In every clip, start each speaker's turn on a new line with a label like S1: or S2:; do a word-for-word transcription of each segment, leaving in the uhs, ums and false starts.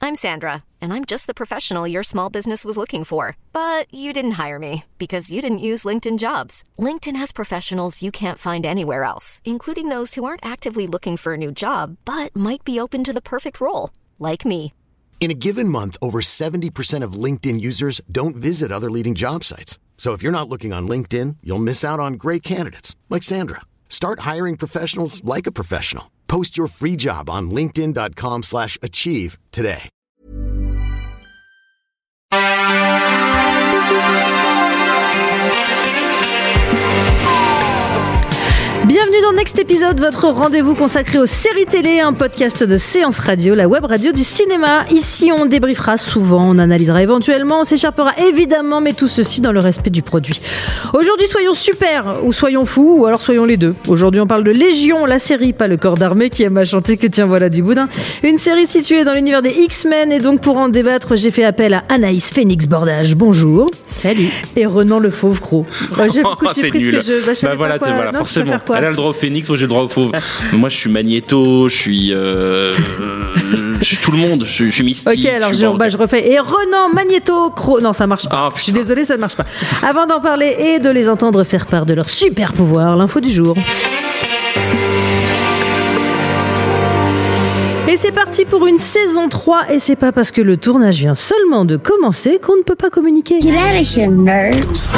S1: I'm Sandra, and I'm just the professional your small business was looking for. But you didn't hire me because you didn't use LinkedIn Jobs. LinkedIn has professionals you can't find anywhere else, including those who aren't actively looking for a new job, but might be open to the perfect role, like me.
S2: In a given month, over seventy percent of LinkedIn users don't visit other leading job sites. So if you're not looking on LinkedIn, you'll miss out on great candidates like Sandra. Start hiring professionals like a professional. Post your free job on linkedin.com slash achieve today.
S3: Bienvenue dans Next Episode, votre rendez-vous consacré aux séries télé, un podcast de Séance Radio, la web radio du cinéma. Ici, on débriefera souvent, on analysera éventuellement, on s'échappera évidemment, mais tout ceci dans le respect du produit. Aujourd'hui, soyons super, ou soyons fous, ou alors soyons les deux. Aujourd'hui, on parle de Légion, la série, pas le corps d'armée qui aime à chanter que tiens voilà du boudin. Une série située dans l'univers des X-Men, et donc pour en débattre, j'ai fait appel à Anaïs Phoenix-Bordage. Bonjour.
S4: Salut.
S3: Et Renan le Fauve Gros. Bah, j'ai, écoute, j'ai
S5: c'est
S3: pris
S5: nul.
S3: Ce que je, bah, je
S5: bah voilà,
S3: quoi,
S5: tu, voilà
S3: non,
S5: forcément.
S3: Elle
S5: a le droit au Phoenix, moi j'ai le droit au Fauve. Moi je suis Magnéto, je suis, euh, je suis tout le monde, je, je suis Mystique.
S3: Ok, alors je, bah, je refais. Et Renan Magnéto Cro. Non, ça marche pas.
S5: Oh,
S3: je suis désolée, ça ne marche pas. Avant d'en parler et de les entendre faire part de leur super pouvoir, l'info du jour. Et c'est parti pour une saison trois, et c'est pas parce que le tournage vient seulement de commencer qu'on ne peut pas communiquer.
S6: Get out of here, nerds.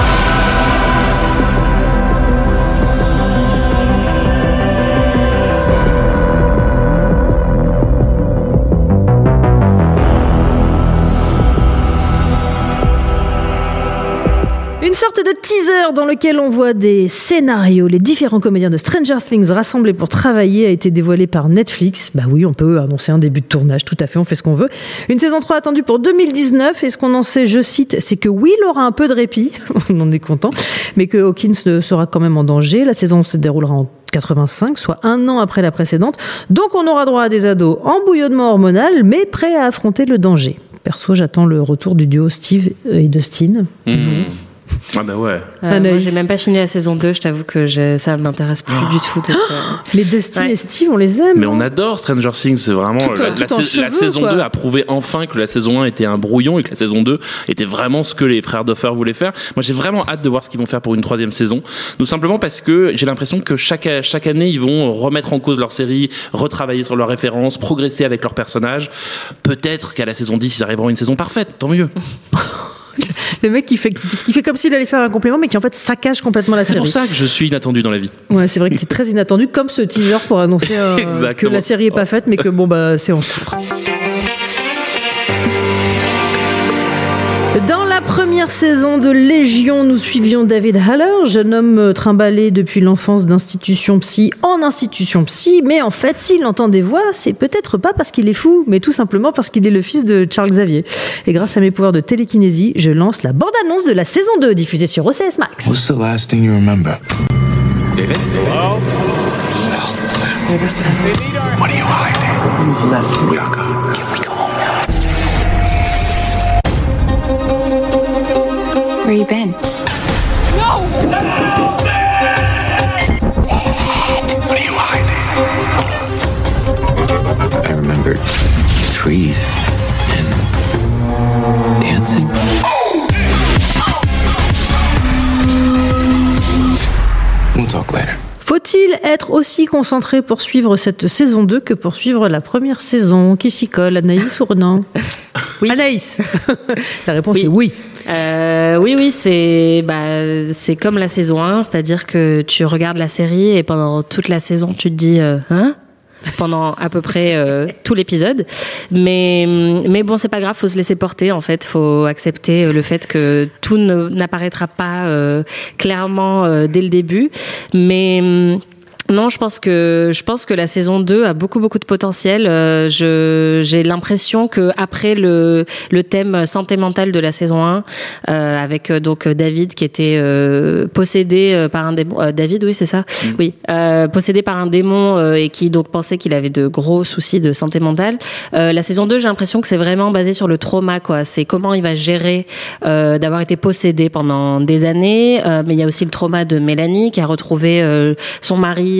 S3: Une sorte de teaser dans lequel on voit des scénarios. Les différents comédiens de Stranger Things rassemblés pour travailler a été dévoilé par Netflix. Bah oui, on peut annoncer un début de tournage, tout à fait, on fait ce qu'on veut. Une saison trois attendue pour deux mille dix-neuf, et ce qu'on en sait, je cite, c'est que Will aura un peu de répit, on en est content, mais que Hawkins sera quand même en danger. La saison se déroulera en quatre-vingt-cinq, soit un an après la précédente. Donc on aura droit à des ados en bouillonnement hormonal, mais prêts à affronter le danger. Perso, j'attends le retour du duo Steve et Dustin.
S5: Mmh.
S3: Vous
S5: Ah bah ouais.
S4: Euh, moi, j'ai même pas fini la saison deux, je t'avoue que je, ça m'intéresse plus oh. du tout. Donc, euh...
S3: Mais Dustin
S4: ouais.
S3: et Steve, on les aime.
S5: Mais on adore Stranger Things, c'est vraiment
S3: tout,
S5: la,
S3: tout
S5: la, la,
S3: cheveux,
S5: la saison
S3: quoi.
S5: deux a prouvé enfin que la saison un était un brouillon et que la saison deux était vraiment ce que les frères Duffer voulaient faire. Moi, j'ai vraiment hâte de voir ce qu'ils vont faire pour une troisième saison. Tout simplement parce que j'ai l'impression que chaque chaque année, ils vont remettre en cause leur série, retravailler sur leurs références, progresser avec leurs personnages. Peut-être qu'à la saison dix, ils arriveront à une saison parfaite. Tant mieux.
S3: Le mec qui fait, qui, qui fait comme s'il allait faire un compliment, mais qui en fait saccage complètement la
S5: c'est
S3: série.
S5: C'est pour ça que je suis inattendu dans la vie.
S3: Ouais, c'est vrai que t'es très inattendu, comme ce teaser pour annoncer euh, que la série est pas faite, mais que bon bah c'est en cours. Dans la première saison de Légion, nous suivions David Haller, jeune homme trimballé depuis l'enfance d'institution psy en institution psy, mais en fait, s'il entend des voix, c'est peut-être pas parce qu'il est fou, mais tout simplement parce qu'il est le fils de Charles Xavier. Et grâce à mes pouvoirs de télékinésie, je lance la bande-annonce de la saison deux, diffusée sur O C S Max.
S7: What's the last thing you remember?
S5: David? Hello?
S7: What are you hiding?
S5: Left.
S7: We are gone. Can we go home now?
S6: Where you been?
S7: No! What are you hiding? I remembered trees and dancing. We'll talk later.
S3: Faut-il être aussi concentré pour suivre cette saison deux que pour suivre la première saison? Qui s'y colle, Anaïs ou Renan? Oui. Anaïs. La réponse
S4: oui.
S3: est oui.
S4: Euh, oui, oui, c'est, bah, c'est comme la saison un, c'est-à-dire que tu regardes la série et pendant toute la saison, tu te dis euh, « Hein ?» pendant à peu près euh, tout l'épisode. Mais, mais bon, c'est pas grave, faut se laisser porter, en fait. Faut accepter le fait que tout ne, n'apparaîtra pas euh, clairement euh, dès le début. Mais... Non, je pense que je pense que la saison deux a beaucoup beaucoup de potentiel. Euh, je j'ai l'impression que après le le thème santé mentale de la saison un, euh, avec donc David qui était euh, possédé euh, par un démon. Euh, David, oui, c'est ça. Mmh. Oui, euh, possédé par un démon euh, et qui donc pensait qu'il avait de gros soucis de santé mentale. Euh, la saison deux, j'ai l'impression que c'est vraiment basé sur le trauma, quoi. C'est comment il va gérer euh, d'avoir été possédé pendant des années. Euh, mais il y a aussi le trauma de Mélanie qui a retrouvé euh, son mari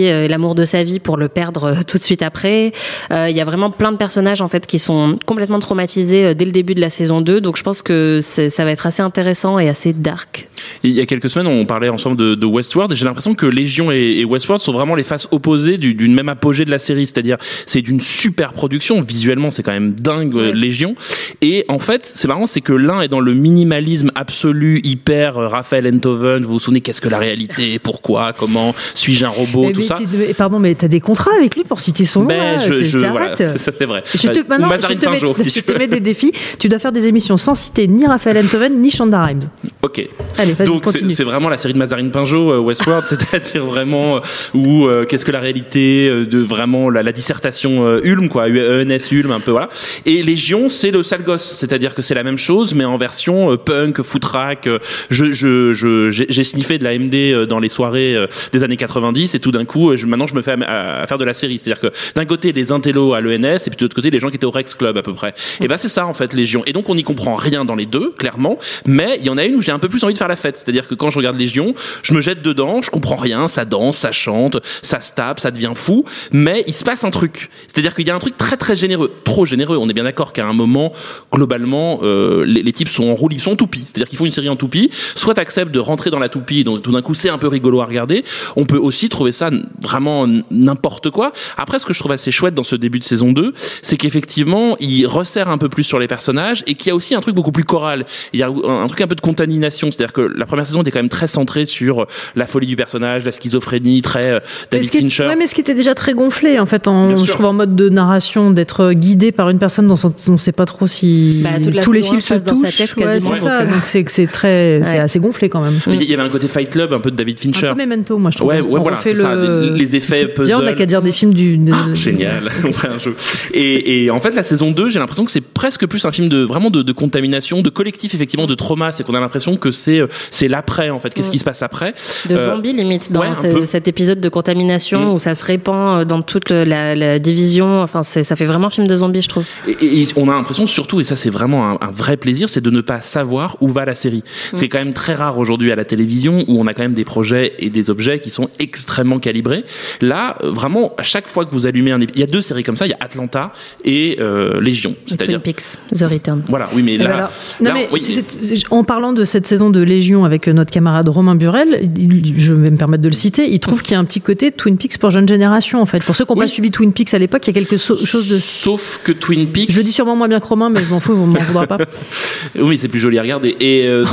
S4: mari, euh, l'amour de sa vie pour le perdre euh, tout de suite après. Il euh, y a vraiment plein de personnages en fait qui sont complètement traumatisés euh, dès le début de la saison deux. Donc je pense que c'est, ça va être assez intéressant et assez dark.
S5: Il y a quelques semaines, on parlait ensemble de, de Westworld et j'ai l'impression que Légion et, et Westworld sont vraiment les faces opposées du, d'une même apogée de la série. C'est-à-dire, c'est d'une super production. Visuellement, c'est quand même dingue, ouais. Légion. Et en fait, c'est marrant, c'est que l'un est dans le minimalisme absolu, hyper euh, Raphaël Enthoven. Vous vous souvenez, qu'est-ce que la réalité? Pourquoi? Comment? Suis-je un robot?
S3: mais
S5: tout
S3: mais
S5: ça.
S3: Tu, pardon, mais t'as des contrats avec lui pour citer son nom.
S5: Ben,
S3: là,
S5: je,
S3: c'est,
S5: je,
S3: c'est
S5: voilà, c'est, ça, c'est vrai.
S3: Je te,
S5: Euh,
S3: maintenant,
S5: ou Mazarine
S3: je te,
S5: Pinjot,
S3: mets,
S5: si
S3: je
S5: tu
S3: te mets des défis. Tu dois faire des émissions sans citer ni Raphaël Enthoven ni Shonda Rhimes.
S5: Ok.
S3: Allez, vas-y,
S5: donc
S3: continue.
S5: c'est, c'est vraiment la série de Mazarine Pinjot, euh, Westworld, c'est-à-dire vraiment euh, où euh, qu'est-ce que la réalité euh, de vraiment la, la dissertation euh, Ulm, quoi, E N S Ulm, un peu voilà. Et Légion, c'est le sale gosse, c'est-à-dire que c'est la même chose mais en version euh, punk, footrack. Euh, je, je, je, j'ai, j'ai sniffé de la M D euh, dans les soirées euh, des années quatre-vingt-dix et tout d'un coup, euh, je, maintenant je me fais à, à, à faire de la série, c'est-à-dire que d'un côté les intellos à l'E N S et puis de l'autre côté les gens qui étaient au Rex Club à peu près. Et ben c'est ça en fait Légion. Et donc on n'y comprend rien dans les deux, clairement, mais il y en a une où j'ai un peu plus envie de faire la fête, c'est-à-dire que quand je regarde Légion, je me jette dedans, je comprends rien, ça danse, ça chante, ça se tape, ça devient fou, mais il se passe un truc. C'est-à-dire qu'il y a un truc très très généreux, trop généreux. On est bien d'accord qu'à un moment, globalement, euh, les, les types sont en roue, ils sont en toupie. C'est-à-dire qu'ils font une série en toupie. Soit t'acceptes de rentrer dans la toupie, donc tout d'un coup c'est un peu rigolo à regarder. On peut aussi trouver ça vraiment n'importe quoi. Après, ce que je trouve assez chouette dans ce début de saison deux, c'est qu'effectivement, il resserre un peu plus sur les personnages et qu'il y a aussi un truc beaucoup plus choral. Il y a un, un truc un peu de contamination. C'est-à-dire que la première saison était quand même très centrée sur la folie du personnage, la schizophrénie, très euh, David
S3: qui,
S5: Fincher.
S3: Ouais, mais ce qui était déjà très gonflé, en fait, en, je trouve en mode de narration, d'être guidé par une personne dont on ne sait pas trop si
S4: bah,
S3: tous les fils se touchent.
S4: Dans sa tête, quasiment.
S3: Ouais, c'est
S4: donc,
S3: ça.
S4: euh...
S3: Donc c'est, c'est très, ouais. c'est assez gonflé quand même.
S5: Il y avait un côté Fight Club, un peu de David Fincher.
S3: Un peu Memento, moi je trouve.
S5: Ouais, ouais,
S3: on
S5: voilà, c'est
S3: le...
S5: ça. Les, les effets puzzle.
S3: Viens, on n'a qu'à dire des films du. De...
S5: Ah, génial. un jeu. Et, et en fait, la saison deux, j'ai l'impression que c'est presque plus un film de vraiment de, de contamination, de collectif, effectivement, de trauma. C'est qu'on a l'impression que c'est c'est l'après, en fait. Qu'est-ce qui se passe après?
S4: De euh, zombies limite dans
S5: ouais,
S4: ce, cet épisode de contamination mmh. où ça se répand dans toute la, la division. Enfin, c'est, ça fait vraiment film de zombies, je trouve.
S5: Et, et on a l'impression, surtout, et ça c'est vraiment un, un vrai plaisir, c'est de ne pas savoir où va la série. Mmh. C'est quand même très rare aujourd'hui à la télévision où on a quand même des projets et des objets qui sont extrêmement calibrés. Là, vraiment, à chaque fois que vous allumez un épisode, il y a deux séries comme ça, il y a Atlanta et euh,
S4: Twin Peaks, The Return.
S5: Voilà, oui, mais là,
S3: alors, non,
S5: là
S3: mais
S5: oui,
S3: c'est, c'est, en parlant de cette saison de Légion avec notre camarade Romain Burel, je vais me permettre de le citer, il trouve qu'il y a un petit côté Twin Peaks pour jeune génération en fait. Pour ceux qui n'ont oui. pas suivi Twin Peaks à l'époque, il y a quelque so- chose de.
S5: Sauf que Twin Peaks.
S3: Je le dis sûrement moins bien que Romain, mais je m'en fous, vous m'en voudrez pas.
S5: Oui, c'est plus joli à regarder. Et euh,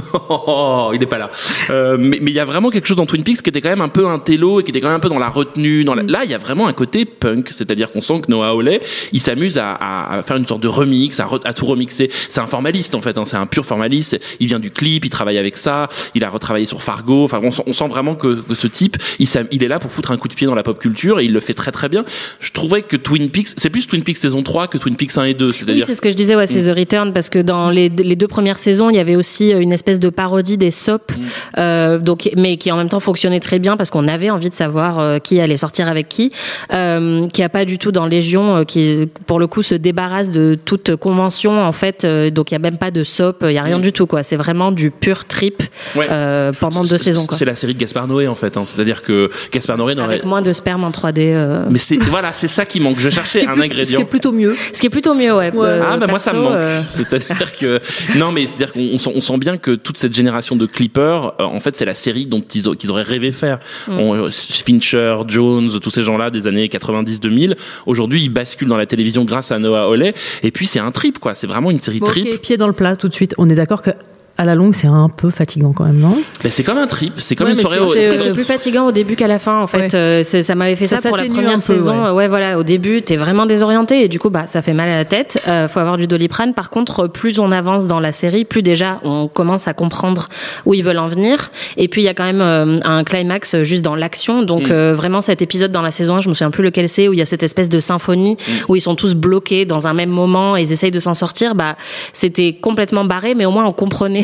S5: oh, il n'est pas là. Euh, mais il y a vraiment quelque chose dans Twin Peaks qui était quand même un peu un télo et qui était quand même un peu dans la retenue. Dans la... Là, il y a vraiment un côté punk, c'est-à-dire qu'on sent que Noah Hawley, il s'amuse à, à, à faire une sorte de remix, à, re, à tout remixer. C'est un formaliste en fait, hein, c'est un pur formaliste. Il vient du clip, il travaille avec ça, il a retravaillé sur Fargo. Enfin, on, on sent vraiment que, que ce type, il, il est là pour foutre un coup de pied dans la pop culture et il le fait très très bien. Je trouvais que Twin Peaks, c'est plus Twin Peaks saison trois que Twin Peaks un et deux. C'est-à-dire...
S4: Oui, c'est ce que je disais, ouais, c'est mmh. The Return, parce que dans les, les deux premières saisons, il y avait aussi une espèce de parodie des soaps, mmh. euh, donc, mais qui en même temps fonctionnait très bien parce qu'on avait envie de savoir euh, qui allait sortir avec qui, euh, qui a pas du tout dans Légion, euh, qui pour le coup se débarrasse de toute convention en fait, euh, donc il y a même pas de soap, il y a rien mmh. du tout quoi. C'est vraiment du pur trip ouais. euh, pendant
S5: c'est,
S4: deux saisons. Quoi.
S5: C'est la série de Gaspard Noé en fait, hein. C'est-à-dire que Gaspard Noé n'aurait...
S4: avec moins de sperme en trois D. Euh...
S5: Mais c'est voilà, c'est ça qui manque. Je cherchais un
S3: plus,
S5: ingrédient.
S3: Ce qui est plutôt mieux.
S4: Ce qui est plutôt mieux, ouais.
S5: ouais.
S4: Euh,
S5: ah bah
S4: perso,
S5: moi ça me manque.
S4: Euh...
S5: C'est-à-dire que non mais c'est-à-dire qu'on on sent, on sent bien que toute cette génération de clippers, euh, en fait c'est la série dont ils, qu'ils auraient rêvé faire. Mm. On, Fincher, Jones, tous ces gens-là des années quatre-vingt-dix deux mille. Aujourd'hui ils basculent dans la télévision grâce à Noah Hawley. Et puis c'est un trip quoi. C'est vraiment une série
S3: bon,
S5: trip.
S3: Okay, pied dans le plat tout de suite. On est d'accord que à la longue, c'est un peu fatigant quand même, non?
S5: Ben c'est comme un trip, c'est comme
S4: ouais,
S5: une soirée.
S4: C'est,
S5: au...
S4: c'est,
S5: c'est,
S4: c'est plus fatigant au début qu'à la fin, en fait. Ouais. Euh, c'est, ça m'avait fait ça, ça pour la première saison. Peu, ouais. ouais, voilà. Au début, t'es vraiment désorienté et du coup, bah, ça fait mal à la tête. Euh, faut avoir du Doliprane. Par contre, plus on avance dans la série, plus déjà on commence à comprendre où ils veulent en venir. Et puis il y a quand même euh, un climax juste dans l'action. Donc mm. euh, vraiment cet épisode dans la saison un, je me souviens plus lequel c'est, où il y a cette espèce de symphonie mm. où ils sont tous bloqués dans un même moment et ils essayent de s'en sortir. Bah, c'était complètement barré, mais au moins on comprenait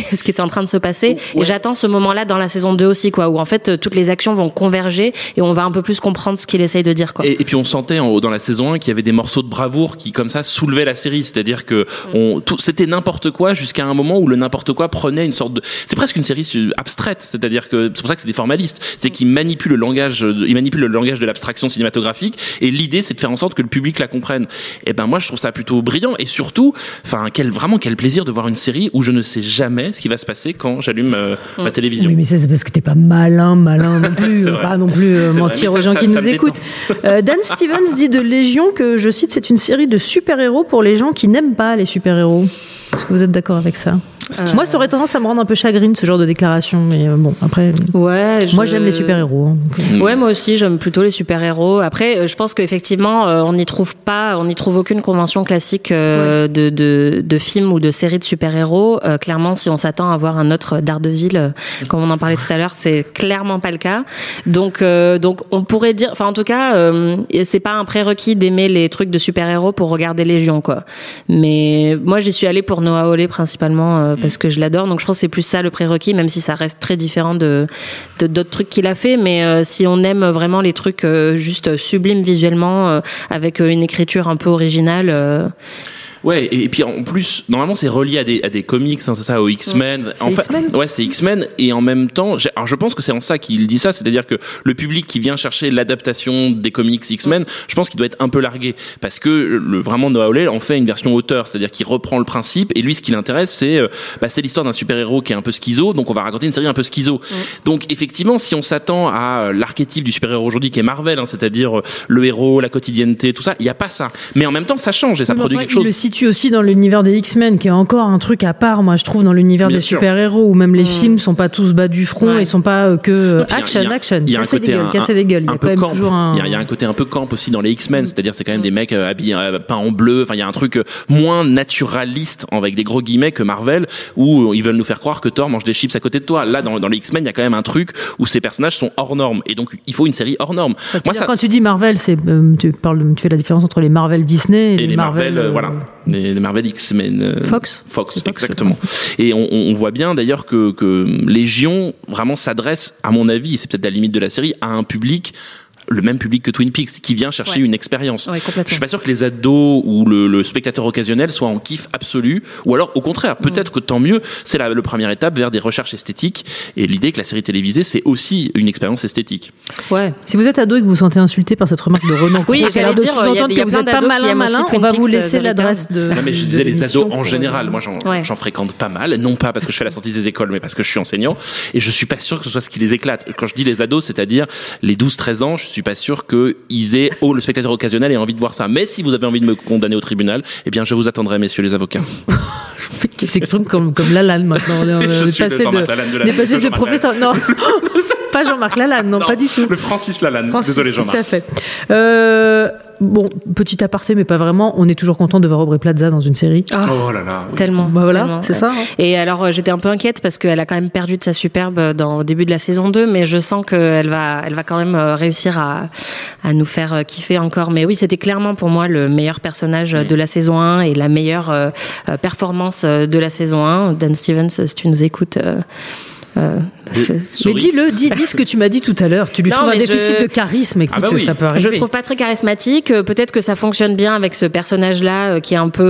S4: était ce qui était en train de se passer.
S5: Ouais.
S4: Et j'attends ce moment-là dans la saison deux aussi, quoi, où en fait toutes les actions vont converger et on va un peu plus comprendre ce qu'il essaye de dire, quoi.
S5: Et, et puis on sentait en, dans la saison un qu'il y avait des morceaux de bravoure qui comme ça soulevaient la série, c'est-à-dire que on, tout, c'était n'importe quoi jusqu'à un moment où le n'importe quoi prenait une sorte de, c'est presque une série abstraite, c'est-à-dire que c'est pour ça que c'est des formalistes, c'est qu'ils manipulent le langage, ils manipulent le langage de l'abstraction cinématographique et l'idée c'est de faire en sorte que le public la comprenne. Et ben moi je trouve ça plutôt brillant et surtout, enfin quel vraiment quel plaisir de voir une série où je ne sais jamais ce qui va se passer quand j'allume euh, ma télévision.
S3: Oui, mais c'est parce que t'es pas malin, malin non plus, pas non plus euh, mentir aux gens
S5: ça,
S3: qui
S5: ça,
S3: nous
S5: ça
S3: écoutent. Euh, Dan Stevens dit de Légion que, je cite, c'est une série de super-héros pour les gens qui n'aiment pas les super-héros. Est-ce que vous êtes d'accord avec ça ? Euh... Moi, ça aurait tendance à me rendre un peu chagrine, ce genre de déclaration. Mais euh, bon, après.
S4: Ouais. Je...
S3: Moi, j'aime les super-héros. Hein, donc...
S4: Ouais, moi aussi, j'aime plutôt les super-héros. Après, je pense qu'effectivement, euh, on n'y trouve pas, on n'y trouve aucune convention classique euh, ouais. de, de, de films ou de séries de super-héros. Euh, clairement, si on s'attend à voir un autre Daredevil, euh, comme on en parlait tout à l'heure, c'est clairement pas le cas. Donc, euh, donc, on pourrait dire, enfin, en tout cas, euh, c'est pas un prérequis d'aimer les trucs de super-héros pour regarder Légion, quoi. Mais moi, j'y suis allée pour Noah Hawley principalement euh, parce que je l'adore, donc je pense que c'est plus ça le prérequis, même si ça reste très différent de, de d'autres trucs qu'il a fait. Mais euh, si on aime vraiment les trucs euh, juste sublimes visuellement, euh, avec euh, une écriture un peu originale. Euh,
S5: Ouais, et, et puis en plus, normalement, c'est relié à des à des comics, hein, c'est ça, aux X-Men.
S3: Ouais,
S5: en fait,
S3: X-Men.
S5: Ouais, c'est X-Men, et en même temps, j'ai, alors je pense que c'est en ça qu'il dit ça, c'est-à-dire que le public qui vient chercher l'adaptation des comics X-Men, je pense qu'il doit être un peu largué, parce que le vraiment Noah Hawley en fait une version auteur, c'est-à-dire qu'il reprend le principe, et lui, ce qui l'intéresse, c'est euh, bah, c'est l'histoire d'un super-héros qui est un peu schizo, donc on va raconter une série un peu schizo. Mm. Donc effectivement, si on s'attend à l'archétype du super-héros aujourd'hui qui est Marvel, hein, c'est-à-dire euh, le héros, la quotidienneté, tout ça, il y a pas ça. Mais en même temps, ça change et ça
S3: mais
S5: produit
S3: enfin,
S5: quelque chose.
S3: Il le situe aussi dans l'univers des X-Men, qui est encore un truc à part, moi je trouve, dans l'univers
S5: Bien
S3: des
S5: sûr.
S3: super-héros, où même les
S5: mmh.
S3: films sont pas tous bas du front,
S4: ouais.
S3: ils sont pas euh, que
S5: Non,
S3: action,
S5: y a, y a,
S3: action,
S5: y a
S3: casser des gueules,
S5: un,
S3: casser des gueules. Il y a quand même
S5: camp.
S3: toujours un.
S5: Il y a, y a un côté un peu camp aussi dans les X-Men, c'est-à-dire c'est quand même des mecs euh, habillés euh, peints en bleu. Enfin, il y a un truc moins naturaliste avec des gros guillemets que Marvel, où ils veulent nous faire croire que Thor mange des chips à côté de toi. Là, dans, dans les X-Men, il y a quand même un truc où ces personnages sont hors normes, et donc il faut une série hors normes.
S3: Moi, ça... Quand tu dis Marvel, c'est euh, tu parles, tu fais la différence entre les Marvel Disney et,
S5: et
S3: les,
S5: les
S3: Marvel,
S5: Marvel, euh,
S3: euh...
S5: voilà, les, les Marvel X-Men. Euh,
S3: Fox.
S5: Fox,
S3: Fox
S5: exactement. Et on, on voit bien d'ailleurs que, que Légion vraiment s'adresse, à mon avis, et c'est peut-être la limite de la série, à un public, le même public que Twin Peaks, qui vient chercher
S4: ouais.
S5: une expérience.
S4: Ouais,
S5: je suis pas sûr que les ados ou le, le spectateur occasionnel soient en kiff absolu, ou alors au contraire, peut-être mm. que tant mieux, c'est la, la première étape vers des recherches esthétiques, et l'idée que la série télévisée, c'est aussi une expérience esthétique.
S3: Ouais. Si vous êtes ado et que vous vous sentez insulté par cette remarque de Renan Cros,
S4: oui,
S3: qui a l'air de sous-entendre que vous n'êtes pas malin, malin, on va vous laisser l'adresse de.
S5: Non, mais je disais les ados en général. Moi, j'en,
S4: ouais.
S5: j'en fréquente pas mal, non pas parce que je fais la sortie des écoles, mais parce que je suis enseignant, et je suis pas sûr que ce soit ce qui les éclate. Quand je dis les ados, c'est-à-dire les douze treize ans, je suis pas sûr que ils aient, oh, le spectateur occasionnel ait envie de voir ça. Mais si vous avez envie de me condamner au tribunal, eh bien, je vous attendrai, messieurs les avocats.
S3: Qui s'exprime comme, comme Lalanne maintenant. On est,
S5: je
S3: on est
S5: suis
S3: passé
S5: le
S3: de,
S5: Lalanne de la
S3: on est passé de professeur. Non, pas Jean-Marc Lalanne, non, non, pas du tout.
S5: Le Francis Lalanne.
S3: Francis,
S5: désolé Jean-Marc.
S3: Tout à fait. Euh, bon, petit aparté, mais pas vraiment. On est toujours content de voir Aubrey Plaza dans une série.
S4: Ah,
S5: oh là là. Oui.
S4: Tellement.
S3: Bah voilà,
S4: tellement.
S3: c'est ça. Hein.
S4: Et alors, euh, j'étais un peu inquiète parce qu'elle a quand même perdu de sa superbe dans, au début de la saison deux, mais je sens qu'elle va, elle va quand même réussir à, à nous faire kiffer encore. Mais oui, c'était clairement pour moi le meilleur personnage mmh. de la saison un et la meilleure euh, performance de la saison un. Dan Stevens, si tu nous écoutes. Euh, Euh,
S3: mais dis-le, dis, dis ce que tu m'as dit tout à l'heure. Tu lui non, trouves un déficit je... de charisme. Écoute, ah bah oui. Ça peut arriver.
S4: Je le trouve pas très charismatique. Peut-être que ça fonctionne bien avec ce personnage-là qui est un peu,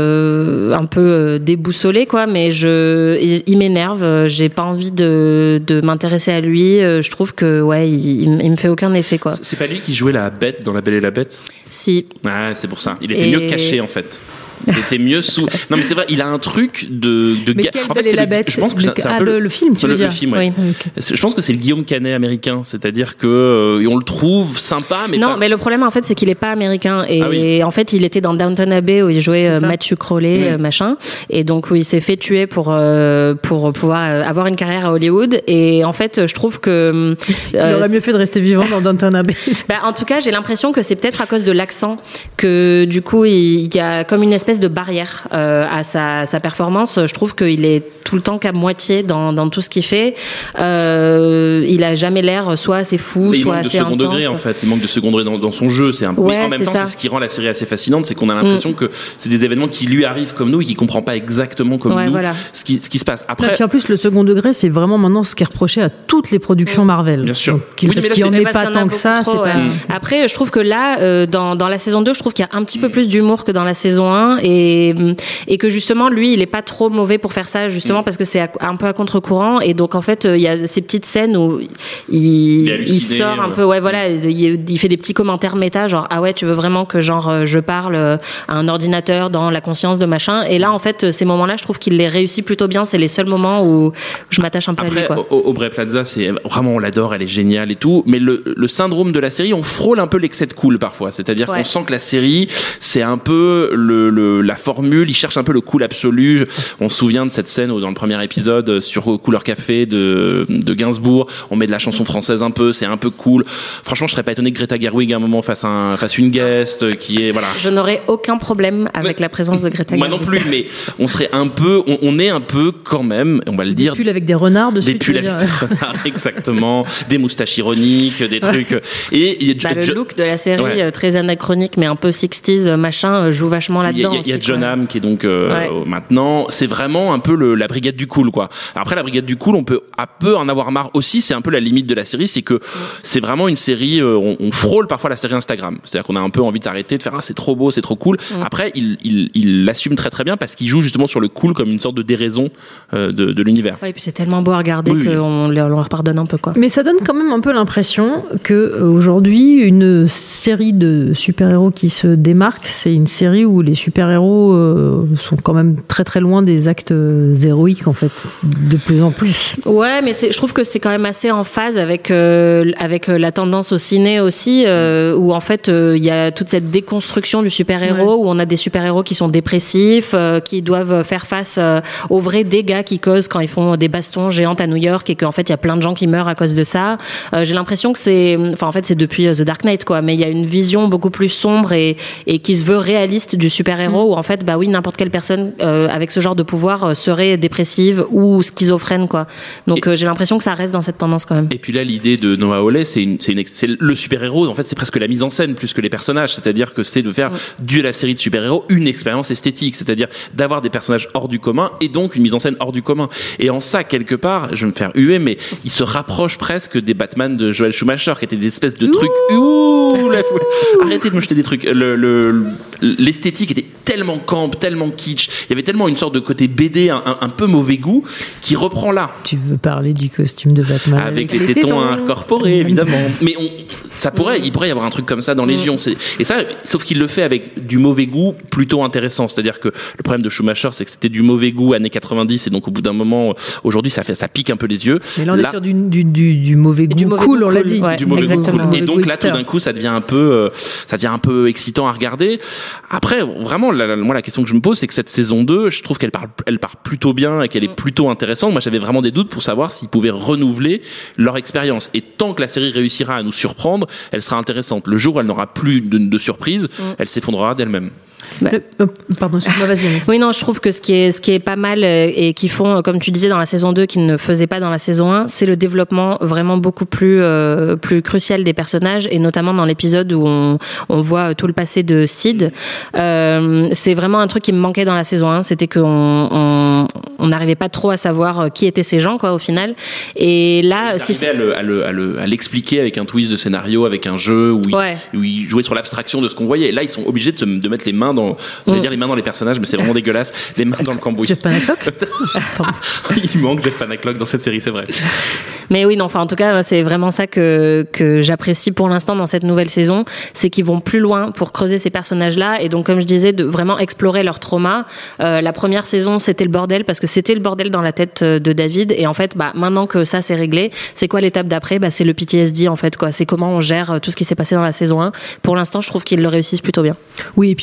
S4: euh, un peu déboussolé, quoi. Mais je, il, il m'énerve. J'ai pas envie de, de m'intéresser à lui. Je trouve que, ouais, il, il me fait aucun effet, quoi.
S5: C'est pas lui qui jouait la bête dans La Belle et la Bête?
S4: Si.
S5: Ah, c'est pour ça. Il était
S4: et...
S5: mieux caché, en fait. Il était mieux sous. Non, mais c'est vrai, il a un truc de, de
S3: mais
S5: ga...
S3: En
S5: fait, c'est
S3: la
S5: le...
S3: bête,
S5: je pense que
S3: le...
S5: c'est un
S3: ah,
S5: peu
S3: le, le film, tu
S5: le,
S3: veux dire.
S5: Le film, ouais.
S4: Oui.
S5: Okay. Je pense que c'est le Guillaume Canet américain, c'est-à-dire que euh, on le trouve sympa, mais
S4: non,
S5: pas...
S4: mais le problème en fait, c'est qu'il est pas américain et,
S5: ah oui.
S4: et en fait, il était dans Downton Abbey où il jouait euh, Matthew Crowley,
S5: oui.
S4: euh, machin, et donc où il s'est fait tuer pour euh, pour pouvoir euh, avoir une carrière à Hollywood. Et en fait, je trouve que
S3: euh, il aurait mieux fait de rester vivant dans Downton Abbey.
S4: Bah, en tout cas, j'ai l'impression que c'est peut-être à cause de l'accent que du coup, il y a comme une espèce espèce de barrière euh, à sa, sa performance. Je trouve qu'il est tout le temps qu'à moitié dans, dans tout ce qu'il fait. Euh, il a jamais l'air soit assez fou,
S5: mais
S4: soit assez intense.
S5: Il manque de second degré en fait. Il manque de second degré dans, dans son jeu. C'est un peu.
S4: Ouais,
S5: mais en même
S4: c'est
S5: temps,
S4: ça.
S5: c'est ce qui rend la série assez fascinante, c'est qu'on a l'impression mm. que c'est des événements qui lui arrivent comme nous et qui comprend pas exactement comme
S4: ouais,
S5: nous
S4: voilà.
S5: ce qui ce qui se passe. Après.
S3: Et puis en plus, le second degré, c'est vraiment maintenant ce qui est reproché à toutes les productions Marvel.
S5: Bien sûr.
S3: Donc, qu'il
S5: oui, mais là,
S3: qui en
S5: c'est-
S3: est
S4: Parce
S3: pas
S4: qu'il y en a
S3: tant que ça.
S4: beaucoup
S3: C'est
S4: trop,
S3: pas.
S4: ouais. Après, je trouve que là, euh, dans, dans la saison deux, je trouve qu'il y a un petit peu plus d'humour que dans la saison un et, et que justement, lui, il est pas trop mauvais pour faire ça, justement, parce que c'est à- un peu à contre-courant. Et donc, en fait, euh, il y a ces petites scènes où il,
S5: Il est
S4: il
S5: halluciné,
S4: sort un
S5: ouais.
S4: peu, ouais, voilà, il, il fait des petits commentaires méta, genre, ah ouais, tu veux vraiment que, genre, euh, je parle euh, à un ordinateur dans la conscience de machin. Et là, en fait, ces moments-là, je trouve qu'il les réussit plutôt bien. C'est les seuls moments où je m'attache un peu à lui,
S5: Après,
S4: quoi.
S5: Au- Aubrey Plaza, c'est vraiment on l'adore, elle est géniale et tout. Mais le, le syndrome de la série, on frôle un peu l'excès de cool parfois. C'est-à-dire
S4: Ouais.
S5: qu'on sent que la série, c'est un peu le, le la formule. Il cherche un peu le cool absolu. On se souvient de cette scène où, dans le premier épisode sur Couleur Café de, de Gainsbourg, on met de la chanson française un peu. C'est un peu cool. Franchement, je serais pas étonné que Greta Gerwig à un moment fasse un fasse une guest qui est voilà.
S4: Je n'aurais aucun problème avec
S5: Mais-
S4: la présence de Greta
S5: Moi
S4: Gerwig.
S5: non plus, mais on serait un peu, on, on est un peu quand même, on va le
S3: Des
S5: dire.
S3: pulls avec des renards dessus.
S5: Des
S3: tu veux
S5: pulls avec
S3: dire.
S5: des renards, exactement, des moustaches ironiques, des trucs. Et il y a
S4: Bah, le
S5: Jo-
S4: look de la série,
S5: Ouais.
S4: euh, très anachronique, mais un peu sixties, euh, machin, euh, joue vachement
S5: il y a,
S4: là-dedans.
S5: il y a
S4: aussi,
S5: John
S4: quoi.
S5: Hamm qui est donc euh,
S4: Ouais.
S5: euh, maintenant, c'est vraiment un peu le, la brigade du cool, quoi. Après, la brigade du cool, on peut à peu en avoir marre aussi. C'est un peu la limite de la série, c'est que c'est vraiment une série. euh, on, on frôle parfois la série Instagram. C'est-à-dire qu'on a un peu envie de s'arrêter, de faire ah c'est trop beau, c'est trop cool. Après, il il il l'assume très très bien parce qu'il joue justement sur le cool comme une sorte de déraison euh, de, de l'univers.
S4: Ouais, et puis c'est tellement beau à regarder
S5: Oui, oui.
S4: qu'on leur, on leur pardonne un peu, quoi.
S3: Mais ça donne quand même un peu l'impression que euh, aujourd'hui, une série de super-héros qui se démarque, c'est une série où les super-héros euh, sont quand même très très loin des actes euh, héroïques en fait, de plus en plus.
S4: Ouais, mais c'est, je trouve que c'est quand même assez en phase avec euh, avec euh, la tendance au ciné aussi, euh, où en fait euh, il y a toute cette déconstruction du super-héros,
S3: Ouais.
S4: où on a des super-héros qui sont dépressifs, euh, qui doivent faire face euh, aux vrais dégâts qu'ils causent quand ils font des bastons géantes à New York, et qu'en fait il y a plein de gens qui meurent à cause de ça. Euh, j'ai l'impression que c'est, enfin en fait c'est depuis euh, The Dark Knight, quoi, mais il y a une vision beaucoup plus sombre et et qui se veut réaliste du super-héros,
S3: Mm.
S4: où en fait bah oui, n'importe quelle personne euh, avec ce genre de pouvoir euh, serait dépressive ou schizophrène, quoi. Donc euh, j'ai l'impression que ça reste dans cette tendance quand même.
S5: Et puis là, l'idée de Noah Hawley, c'est une, c'est une, c'est le super-héros. En fait, c'est presque la mise en scène plus que les personnages. C'est-à-dire que c'est de faire de la série de super-héros une expérience esthétique. C'est-à-dire d'avoir des personnages hors du commun et donc une mise en scène hors du commun. Et en ça, quelque part, je vais me faire huer, mais il se rapproche presque des Batman de Joel Schumacher, qui étaient des espèces de trucs. Ouh, la foule. Arrêtez de me jeter des trucs. Le, le, l'esthétique était tellement camp, tellement kitsch. Il y avait tellement une sorte de côté B D, un, un, un peu mauvais goût, qui reprend là.
S3: Tu veux parler du costume de Batman
S5: Avec les
S4: Les
S5: tétons
S4: tétons.
S5: incorporés, évidemment. Mais on, ça pourrait, il pourrait y avoir un truc comme ça dans Légion. C'est, et ça, sauf qu'il le fait avec du mauvais goût plutôt intéressant. C'est-à-dire que le problème de Schumacher, c'est que c'était du mauvais goût années quatre-vingt-dix, et donc au bout d'un moment, aujourd'hui, ça fait, ça pique un peu les yeux.
S3: Mais là, on est sur du, du, du, du mauvais goût
S4: du mauvais
S3: cool,
S4: goût
S3: on l'a
S4: cool,
S3: dit.
S4: ouais.
S5: Du mauvais goût
S4: exactement.
S5: cool. Et
S3: Mauvais
S5: donc
S3: goût
S5: là, tout
S3: hipster.
S5: d'un coup, ça devient un peu, euh, ça devient un peu excitant à regarder. Après, vraiment, la, la- moi, la question que je me pose, c'est que cette saison deux, je trouve qu'elle part, elle part plutôt bien et qu'elle est plutôt intéressante. Moi, j'avais vraiment des doutes pour savoir s'ils pouvaient renouveler leur expérience. Et tant que la série réussira à nous surprendre, elle sera intéressante. Le jour où elle n'aura plus de, de surprise, elle s'effondrera d'elle-même.
S3: Le- euh, pardon, excuse-moi, vas-y. Anaïs.
S4: Oui, non, je trouve que ce qui est, ce qui est pas mal euh, et qu'ils font, euh, comme tu disais, dans la saison deux, qu'ils ne faisaient pas dans la saison un, c'est le développement vraiment beaucoup plus, euh, plus crucial des personnages, et notamment dans l'épisode où on, on voit tout le passé de Sid. Euh, c'est vraiment un truc qui me manquait dans la saison un, c'était qu'on on, on n'arrivait pas trop à savoir qui étaient ces gens, quoi, au final. Et là,
S5: Ils
S4: si
S5: arrivaient à, le, à, le, à, le, à l'expliquer avec un twist de scénario, avec un jeu où,
S4: Ouais.
S5: ils, où ils jouaient sur l'abstraction de ce qu'on voyait. Et là, ils sont obligés de, se, de mettre les mains dans, j'allais
S4: Mm.
S5: dire les mains dans les personnages, mais c'est vraiment dégueulasse, les mains dans le cambouis.
S3: Jeff Panaclock.
S5: Il manque Jeff Panaclock dans cette série, c'est vrai.
S4: Mais oui, non, enfin, en tout cas, c'est vraiment ça que, que j'apprécie pour l'instant dans cette nouvelle saison, c'est qu'ils vont plus loin pour creuser ces personnages-là, et donc, comme je disais, de vraiment explorer leur trauma. Euh, la première saison, c'était le bordel, parce que c'était le bordel dans la tête de David, et en fait, bah, maintenant que ça c'est réglé, c'est quoi l'étape d'après? Bah, c'est le P T S D, en fait, quoi. C'est comment on gère tout ce qui s'est passé dans la saison un. Pour l'instant, je trouve qu'ils le réussissent plutôt bien.
S3: Oui, et puis on peut pas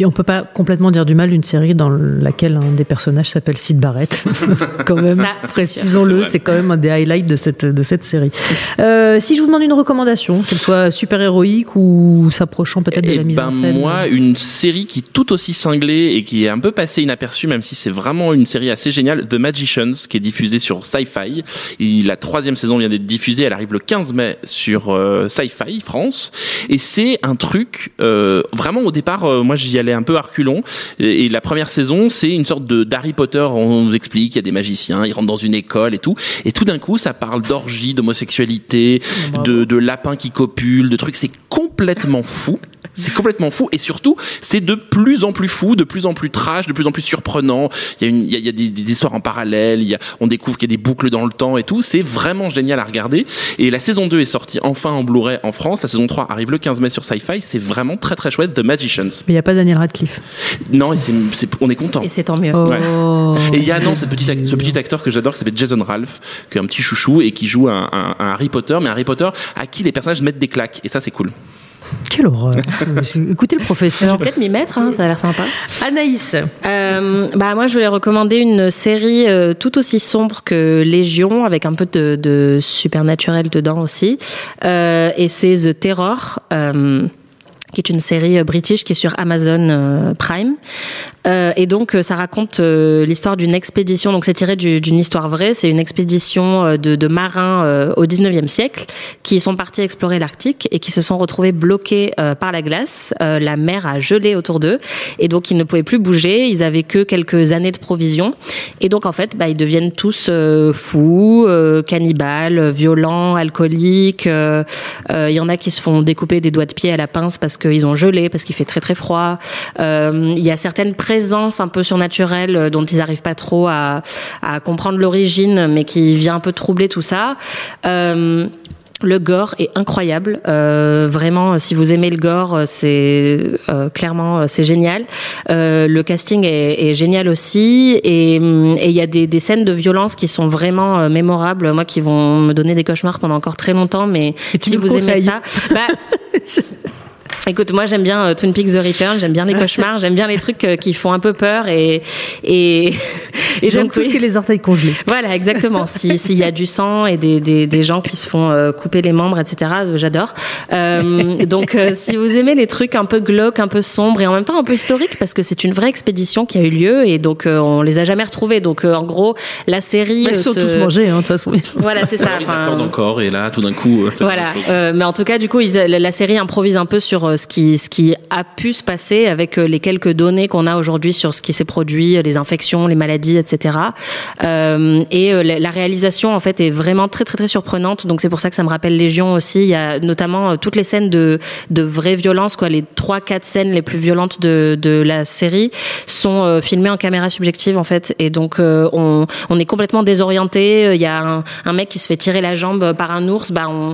S3: complètement dire du mal d'une série dans laquelle un des personnages s'appelle Syd Barrett. Quand même,
S4: Ça,
S3: précisons-le, c'est, c'est quand même un des highlights de cette, de cette série. Euh, si je vous demande une recommandation, qu'elle soit super-héroïque ou s'approchant peut-être de
S5: Eh
S3: la mise
S5: ben
S3: en scène.
S5: Moi, une série qui est tout aussi cinglée et qui est un peu passée inaperçue, même si c'est vraiment une série assez géniale, The Magicians, qui est diffusée sur Sci-Fi. Et la troisième saison vient d'être diffusée, elle arrive le quinze mai sur euh, Sci-Fi France. Et c'est un truc, euh, vraiment au départ, euh, moi j'y allais un peu à reculons. Et, et la première saison, c'est une sorte de d'Harry Potter, on nous explique, il y a des magiciens, ils rentrent dans une école et tout. Et tout d'un coup, ça parle d'orgie, d'homosexualité, de, de lapins qui copulent, de trucs, c'est complètement fou. C'est complètement fou et surtout c'est de plus en plus fou, de plus en plus trash, de plus en plus surprenant. Il y a une, il y a, il y a des, des histoires en parallèle. Il y a, on découvre qu'il y a des boucles dans le temps et tout. C'est vraiment génial à regarder. Et la saison deux est sortie enfin en Blu-ray en France. La saison trois arrive le quinze mai sur Sci-Fi. C'est vraiment très très chouette. The Magicians.
S3: Mais il n'y a pas Daniel Radcliffe.
S5: Non, et c'est, c'est, on est content.
S4: Et c'est tant mieux.
S3: Oh.
S5: Ouais. Et il y a non, cette petite, ce petit acteur que j'adore qui s'appelle Jason Ralph, qui est un petit chouchou et qui jout un, un, un Harry Potter, mais un Harry Potter à qui les personnages mettent des claques. Et ça, c'est cool.
S3: Quelle horreur. Écoutez le
S4: Je
S3: professeur.
S4: vais peut-être m'y mettre, hein, ça a l'air sympa.
S3: Anaïs.
S4: Euh, bah moi, je voulais recommander une série euh, tout aussi sombre que Légion, avec un peu de, de supernaturel dedans aussi. Euh, et c'est The Terror. Euh, qui est une série british qui est sur Amazon euh, Prime. Euh, et donc, euh, ça raconte euh, l'histoire d'une expédition. Donc, c'est tiré du, d'une histoire vraie. C'est une expédition euh, de, de marins euh, au dix-neuvième siècle qui sont partis explorer l'Arctique et qui se sont retrouvés bloqués euh, par la glace. Euh, la mer a gelé autour d'eux et donc ils ne pouvaient plus bouger. Ils avaient que quelques années de provisions. Et donc, en fait, bah, ils deviennent tous euh, fous, euh, cannibales, violents, alcooliques. Il euh, euh, y en a qui se font découper des doigts de pied à la pince parce qu'ils ont gelé, parce qu'il fait très très froid. Il euh, y a certaines présence un peu surnaturelle dont ils n'arrivent pas trop à, à comprendre l'origine, mais qui vient un peu troubler tout ça. Euh, Le gore est incroyable, euh, vraiment. Si vous aimez le gore, c'est euh, clairement c'est génial. Euh, le casting est, est génial aussi, et il y a des, des scènes de violence qui sont vraiment euh, mémorables. Moi, qui vont me donner des cauchemars pendant encore très longtemps. Mais si vous aimez ça, bah. je... Écoute, moi j'aime bien euh, Twin Peaks The Return, j'aime bien les cauchemars, j'aime bien les trucs euh, qui font un peu peur et et,
S3: et j'aime donc, tout oui. ce qui est les orteils congelés.
S4: Voilà, exactement. Si s'il y a du sang et des des des gens qui se font euh, couper les membres, et cetera. Euh, j'adore. Euh, donc euh, si vous aimez les trucs un peu glauques, un peu sombres et en même temps un peu historiques, parce que c'est une vraie expédition qui a eu lieu et donc euh, on les a jamais retrouvés. Donc euh, en gros la série.
S3: Ils sont se... tous mangés, hein, de toute façon.
S4: Voilà, c'est ça.
S5: Ils attendent encore et là tout d'un coup.
S4: Voilà. Euh, mais en tout cas, du coup, ils, la, la série improvise un peu sur ce qui ce qui a pu se passer avec les quelques données qu'on a aujourd'hui sur ce qui s'est produit, les infections, les maladies, et cetera. Euh, et la réalisation en fait est vraiment très très très surprenante. Donc c'est pour ça que ça me rappelle Légion aussi. Il y a notamment toutes les scènes de de vraie violence, quoi. Les trois quatre scènes les plus violentes de de la série sont euh, filmées en caméra subjective en fait. Et donc euh, on on est complètement désorienté. Il y a un, un mec qui se fait tirer la jambe par un ours. Bah on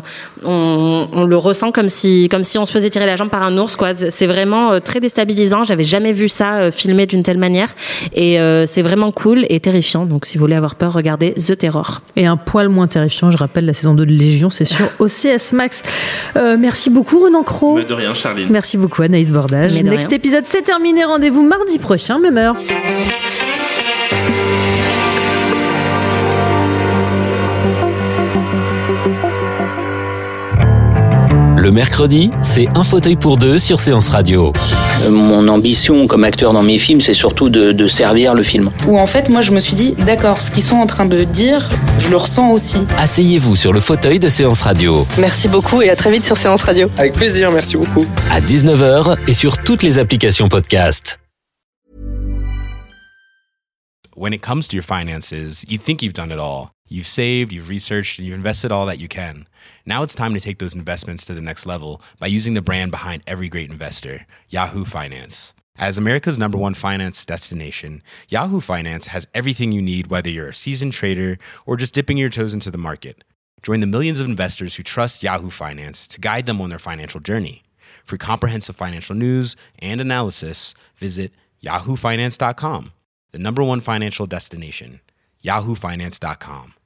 S4: on on le ressent comme si comme si on se faisait tirer la jambe par un ours, quoi. C'est vraiment très déstabilisant. J'avais jamais vu ça filmé d'une telle manière et euh, c'est vraiment cool et terrifiant. Donc si vous voulez avoir peur, regardez The Terror.
S3: Et un poil moins terrifiant, je rappelle, la saison deux de Légion, c'est sur O C S Max. Euh, merci beaucoup Renan Cros.
S5: Mais de rien, Charline.
S3: Merci beaucoup Anaïs Bordage. Next rien. Épisode c'est terminé. Rendez-vous mardi prochain, même heure.
S8: Le mercredi, c'est un fauteuil pour deux sur Séance Radio.
S9: Euh, mon ambition comme acteur dans mes films, c'est surtout de, de servir le film.
S10: Où en fait, moi je me suis dit, d'accord, ce qu'ils sont en train de dire, je le ressens aussi.
S8: Asseyez-vous sur le fauteuil de Séance Radio.
S10: Merci beaucoup et à très vite sur Séance Radio.
S11: Avec plaisir, merci beaucoup.
S8: À dix-neuf heures et sur toutes les applications podcast.
S12: When it comes to your finances, you think you've done it all. You've saved, you've researched, and you've invested all that you can. Now it's time to take those investments to the next level by using the brand behind every great investor, Yahoo Finance. As America's number one finance destination, Yahoo Finance has everything you need, whether you're a seasoned trader or just dipping your toes into the market. Join the millions of investors who trust Yahoo Finance to guide them on their financial journey. For comprehensive financial news and analysis, visit yahoo finance dot com, the number one financial destination, yahoo finance dot com.